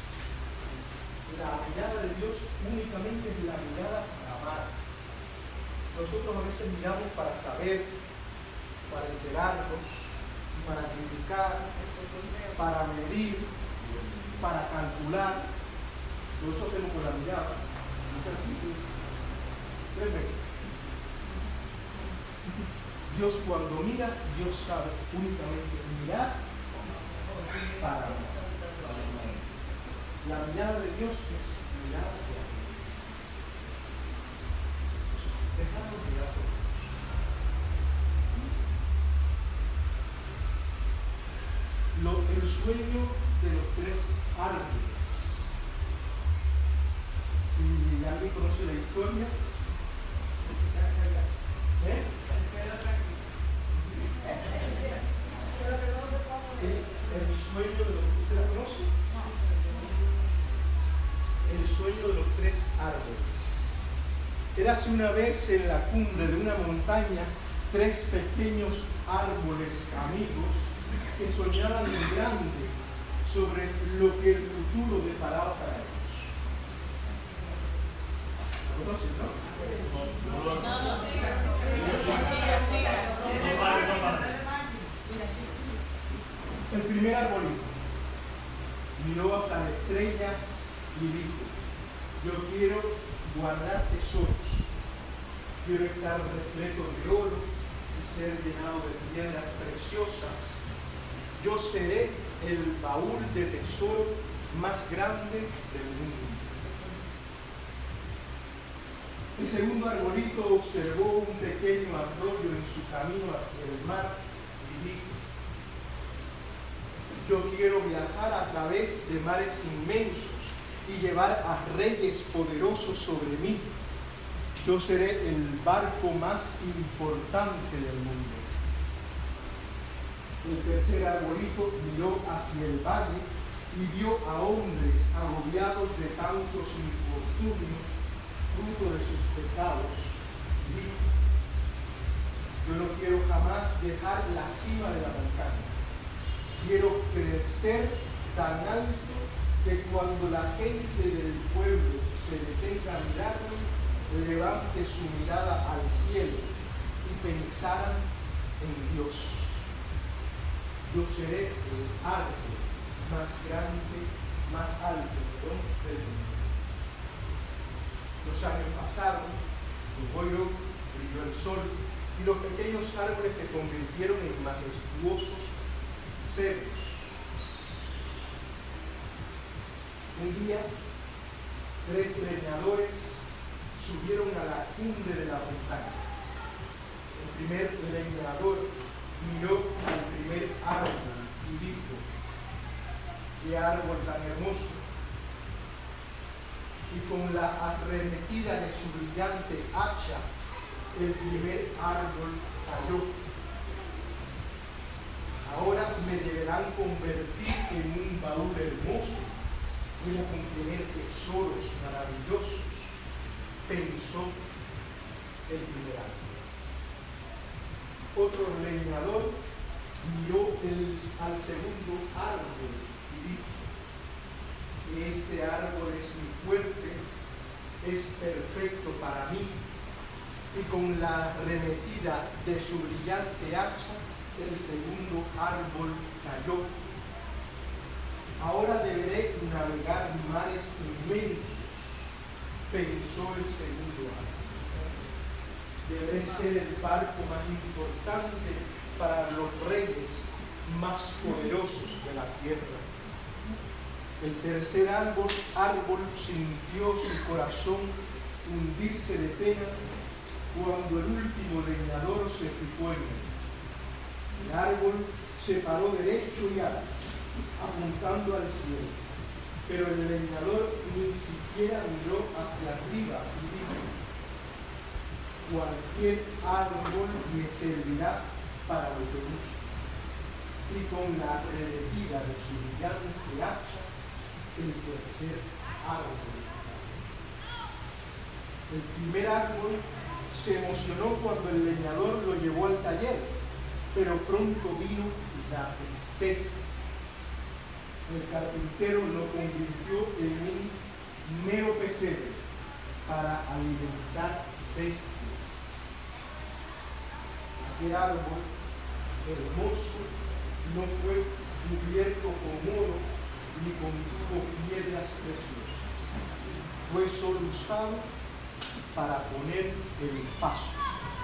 La mirada de Dios únicamente es la mirada para amar. Nosotros a veces miramos para saber, para enterarnos, para criticar, para medir, para calcular. Todo eso hacemos con la mirada. Ustedes ven. Dios cuando mira, Dios sabe únicamente mirar para amar. La mirada de Dios es mirada de amor. Dejamos mirar por Dios. Lo, el sueño de los tres árboles. Si alguien conoce la historia, ¿eh? El, el sueño de los ¿usted la conoce? El sueño de los tres árboles. Érase una vez en la cumbre de una montaña tres pequeños árboles amigos que soñaban en grande sobre lo que el futuro deparaba para ellos. ¿Lo conocen, no? No, no, siga, El primer arbolito miró hacia las estrellas y dijo: yo quiero guardar tesoros, quiero estar repleto de oro y ser llenado de piedras preciosas. Yo seré el baúl de tesoro más grande del mundo. El segundo arbolito observó un pequeño arroyo en su camino hacia el mar y dijo: yo quiero viajar a través de mares inmensos y llevar a reyes poderosos sobre mí. Yo seré el barco más importante del mundo. El tercer arbolito miró hacia el valle y vio a hombres agobiados de tantos infortunios, fruto de sus pecados. Y dijo: yo no quiero jamás dejar la cima de la montaña. Quiero crecer tan alto que cuando la gente del pueblo se detenga a mirarme, levante su mirada al cielo y pensaran en Dios. Yo seré el árbol más grande, más alto del mundo. Los años pasaron, luego brilló el sol y los pequeños árboles se convirtieron en majestuosos cedros. Un día, tres leñadores subieron a la cumbre de la montaña. El primer leñador miró al primer árbol y dijo: ¡qué árbol tan hermoso! Y con la arremetida de su brillante hacha, el primer árbol cayó. Ahora me deberán convertir en un baúl hermoso. Voy a contener tesoros maravillosos, pensó el primer árbol. Otro leñador miró el, al segundo árbol y dijo: este árbol es muy fuerte, es perfecto para mí. Y con la arremetida de su brillante hacha, el segundo árbol cayó. Ahora deberé navegar mares inmensos, pensó el segundo árbol. Deberé ser el barco más importante para los reyes más poderosos de la tierra. El tercer árbol, árbol sintió su corazón hundirse de pena cuando el último leñador se fijó en él. El árbol se paró derecho y alto, apuntando al cielo, pero el leñador ni siquiera miró hacia arriba y dijo: cualquier árbol me servirá para lo que busco. Y con la arremetida de su brillante hacha, el tercer árbol. El primer árbol se emocionó cuando el leñador lo llevó al taller, pero pronto vino la tristeza. El carpintero lo convirtió en un mero pesebre para alimentar bestias. Aquel árbol hermoso no fue cubierto con oro ni contuvo piedras preciosas. Fue solo usado para poner el pasto.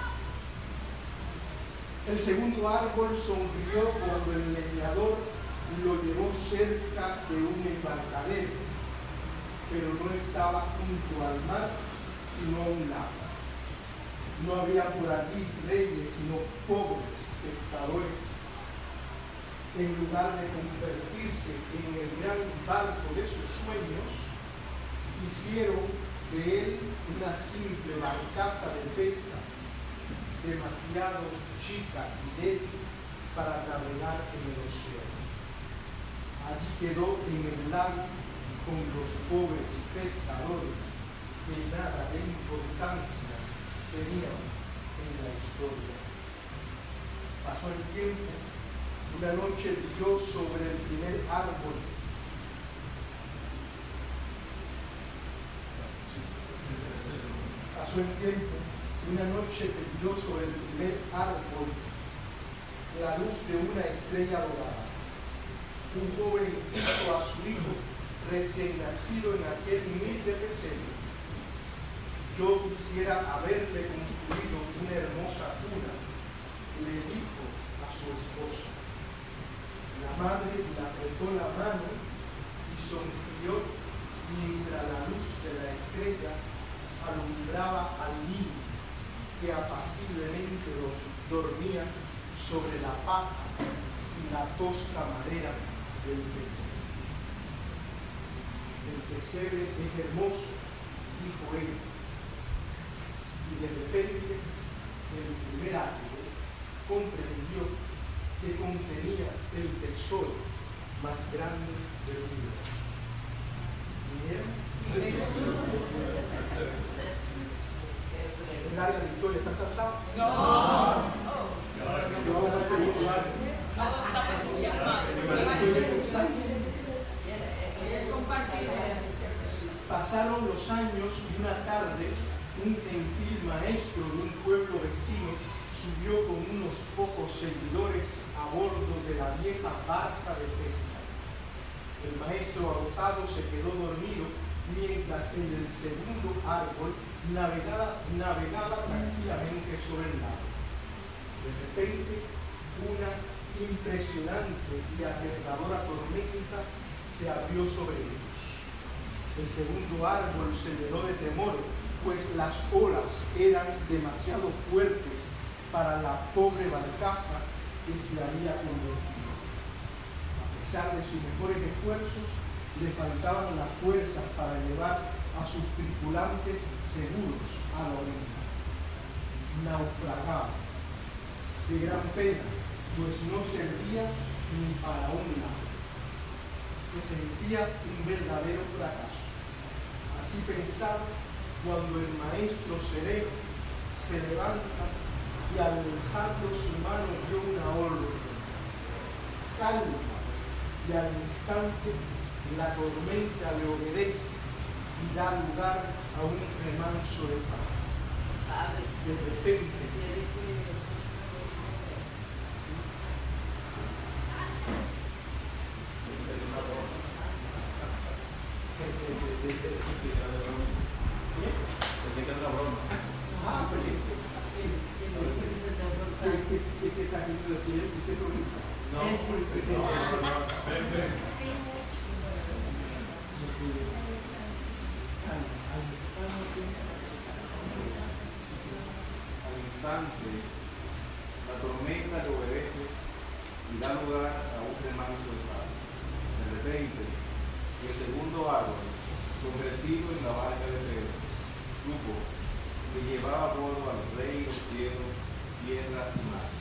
El segundo árbol sonrió cuando el leñador lo llevó cerca de un embarcadero, pero no estaba junto al mar, sino a un lago. No había por allí reyes, sino pobres pescadores. En lugar de convertirse en el gran barco de sus sueños, hicieron de él una simple barcaza de pesca, demasiado chica y débil para navegar en el océano. Allí quedó en el lago con los pobres pescadores que nada de importancia tenían en la historia. Pasó el tiempo, una noche brilló sobre el primer árbol. Pasó el tiempo, una noche brilló sobre el primer árbol la luz de una estrella dorada. Un joven hizo a su hijo recién nacido en aquel humilde pesebre. Yo quisiera haberle construido una hermosa cuna, le dijo a su esposa. La madre le apretó la mano y sonrió mientras la luz de la estrella alumbraba al niño que apaciblemente dormía sobre la paja y la tosca madera del pesebre. El pesebre es hermoso, dijo él, y de repente el primer árbol comprendió que contenía el tesoro más grande del universo. ¿Vinieron? ¿El área de Victoria está cansado? No. Yo vamos al segundo área. Pasaron los años y una tarde un gentil maestro de un pueblo vecino subió con unos pocos seguidores a bordo de la vieja barca de pesca. El maestro agotado se quedó dormido mientras en el segundo árbol navegaba, navegaba tranquilamente sobre el lago. De repente, una impresionante y aterradora tormenta se abrió sobre ellos. El segundo árbol se llenó de temor, pues las olas eran demasiado fuertes para la pobre barcaza que se había convertido. A pesar de sus mejores esfuerzos, le faltaban las fuerzas para llevar a sus tripulantes seguros a la orilla. Naufragaba. De gran pena, pues no servía ni para un lado. Se sentía un verdadero fracaso. Así pensaba cuando el maestro sereno se levanta y alzando su mano dio una orden: calma, y al instante la tormenta le obedece y da lugar a un remanso de paz. De repente, ah, pues sí, sí. ¿Qué, qué, qué, qué está queriendo decir? ¿Qué problema? No, Al instante, la tormenta le obedece y da lugar a un remanso de paz. De repente, el segundo árbol, convertido en la barca de Pedro, supo que llevaba a bordo al Rey del cielo, tierra y mar.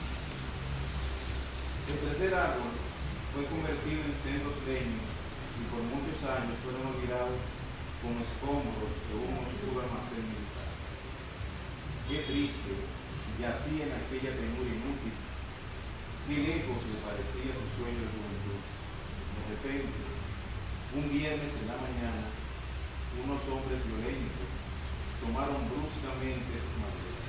El tercer árbol fue convertido en sendos leños y por muchos años fueron olvidados como escombros de un oscuro almacén militar. Qué triste yacía en aquella penuria inútil, qué lejos le parecía su sueño de juventud. De repente, un viernes en la mañana, unos hombres violentos tomaron bruscamente sus maderas.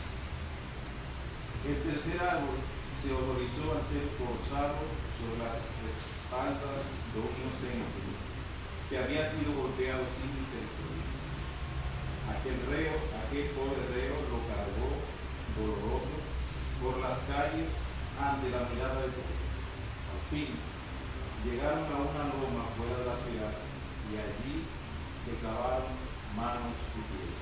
El tercer árbol se horrorizó al ser forzado sobre las espaldas de un inocente que había sido golpeado sin misericordia. Aquel reo, aquel pobre reo lo cargó, doloroso, por las calles ante la mirada de todos. Al fin, llegaron a una loma fuera de la ciudad y allí le clavaron manos y pies.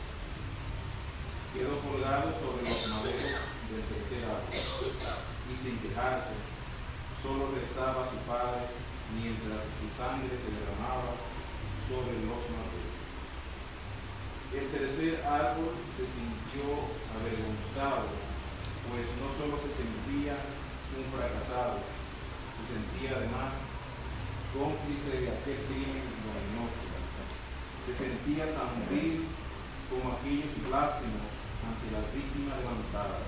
Quedó colgado sobre los maderos del tercer árbol y sin quejarse, solo rezaba a su padre mientras su sangre se derramaba sobre los maderos. El tercer árbol se sintió avergonzado, pues no solo se sentía un fracasado, se sentía además cómplice de aquel crimen ignominioso. Se sentía tan vil como aquellos blasfemos ante la víctima levantada.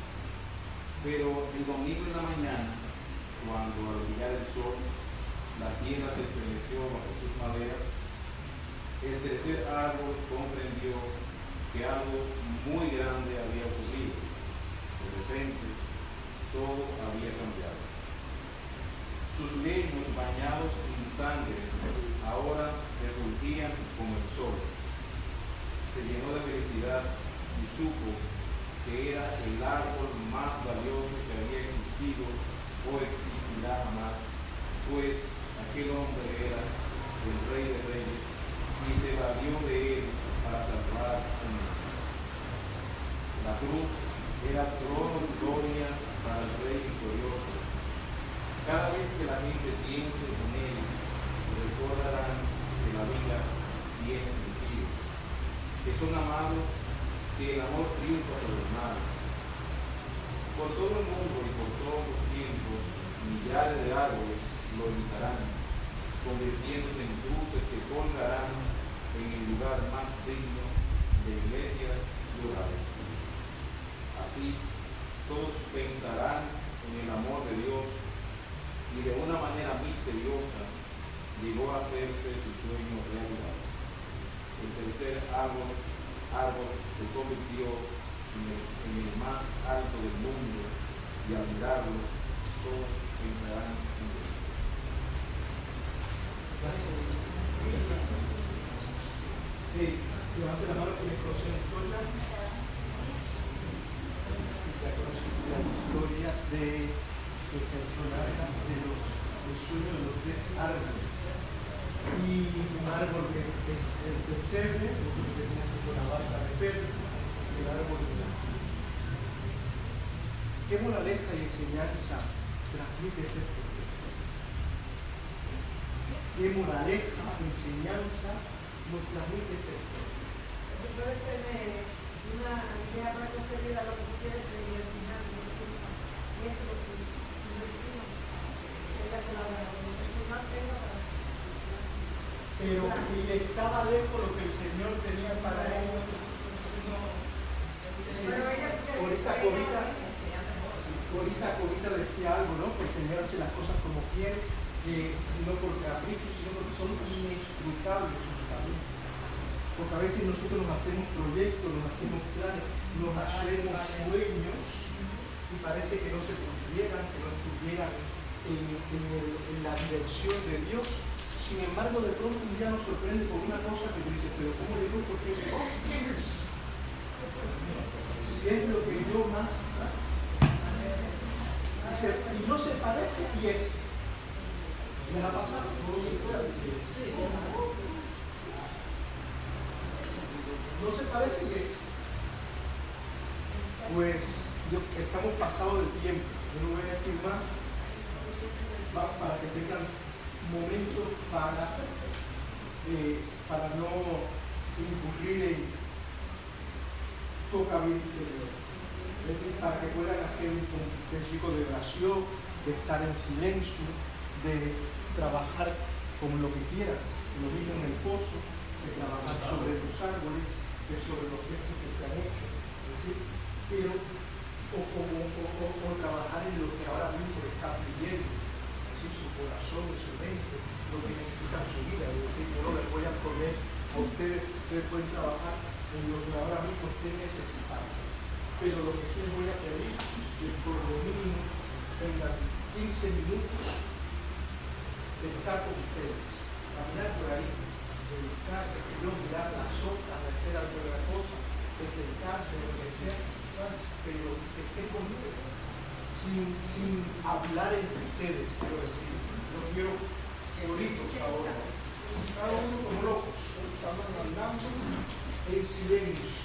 Pero el domingo en la mañana, cuando al brillar el sol, la tierra se estremeció bajo sus maderas, el tercer árbol comprendió que algo muy grande había ocurrido. De repente, todo había cambiado. Sus leños bañados en sangre ahora refulgían como el sol. Se llenó de felicidad y supo que era el árbol más valioso que había existido o existirá jamás, pues aquel hombre era el Rey de Reyes y se valió de él para salvar a mundo. La cruz era trono de gloria para el Rey victorioso. Cada vez que la gente piense en él, recordarán que la vida tiene sentido, que son amados, que el amor triunfa sobre el mal. Por todo el mundo y por todos los tiempos, millares de árboles lo imitarán, convirtiéndose en cruces que colgarán en el lugar más digno de iglesias y hogares. Así, todos pensarán en el amor de Dios y de una manera misteriosa llegó a hacerse su sueño realidad. El tercer árbol, árbol se convirtió en el, en el más alto del mundo y al mirarlo todos pensarán en Dios. Gracias. Sí, levante la mano que les conoce la historia. Sí, ya conoce la historia de que se sonara de los, los sueños de los tres árboles. Y un árbol que es el pesebre, otro que tenía con la barca de Pedro, y el árbol de la ¿Qué moraleja y enseñanza transmite este proyecto? ¿Qué moraleja y enseñanza nos transmite este proyecto? Tú puedes tener una idea preconcebida de lo que tú quieres ser y al final no es culpa. Y eso es lo que no es culpa. Es la colaboración. Si no tengo para... Pero y estaba lejos lo que el Señor tenía para ellos. Pero ella Ahorita, ahorita, ahorita, ahorita decía algo, ¿no? Que el Señor hace las cosas como quiere, que no por capricho, sino porque son inescrutables sus caminos. Porque a veces nosotros nos hacemos proyectos, nos hacemos planes, nos hacemos sueños y parece que no se cumplieran, que no estuvieran en, en, el, en la dirección de Dios. Sin embargo, de pronto un día nos sorprende con una cosa que tú dices, pero ¿cómo llegó? ¿Por qué llegó? Si es lo que yo más... Dice, y no se parece y es. ¿Les ha pasado? No se puede decir. No se parece y es. Pues yo, estamos pasados del tiempo. Yo no voy a decir más va, para que tengan momentos para, eh, para no incurrir en tocabilidad interior. Es decir, para que puedan hacer un tipo de oración, de estar en silencio, de trabajar como lo que quieran, lo mismo en el pozo, de trabajar sobre los árboles, de sobre los gestos que se han hecho, es decir, pero, o, o, o, o, o trabajar en lo que ahora mismo está pidiendo, es decir, su corazón y su mente, lo que necesitan su vida, es decir, yo no les voy a poner a ustedes, ustedes pueden trabajar en lo que ahora mismo estén necesitando. Pero lo que sí les voy a pedir es por lo mínimo tengan quince minutos de estar con ustedes, caminar por ahí, dedicar, que se yo, mirar las hojas, de hacer alguna cosa, de sentarse, lo que sea, pero que estén conmigo, sin, sin hablar entre ustedes, quiero decir. No quiero gritos ahora. Cada uno como locos, estamos andando en silencio.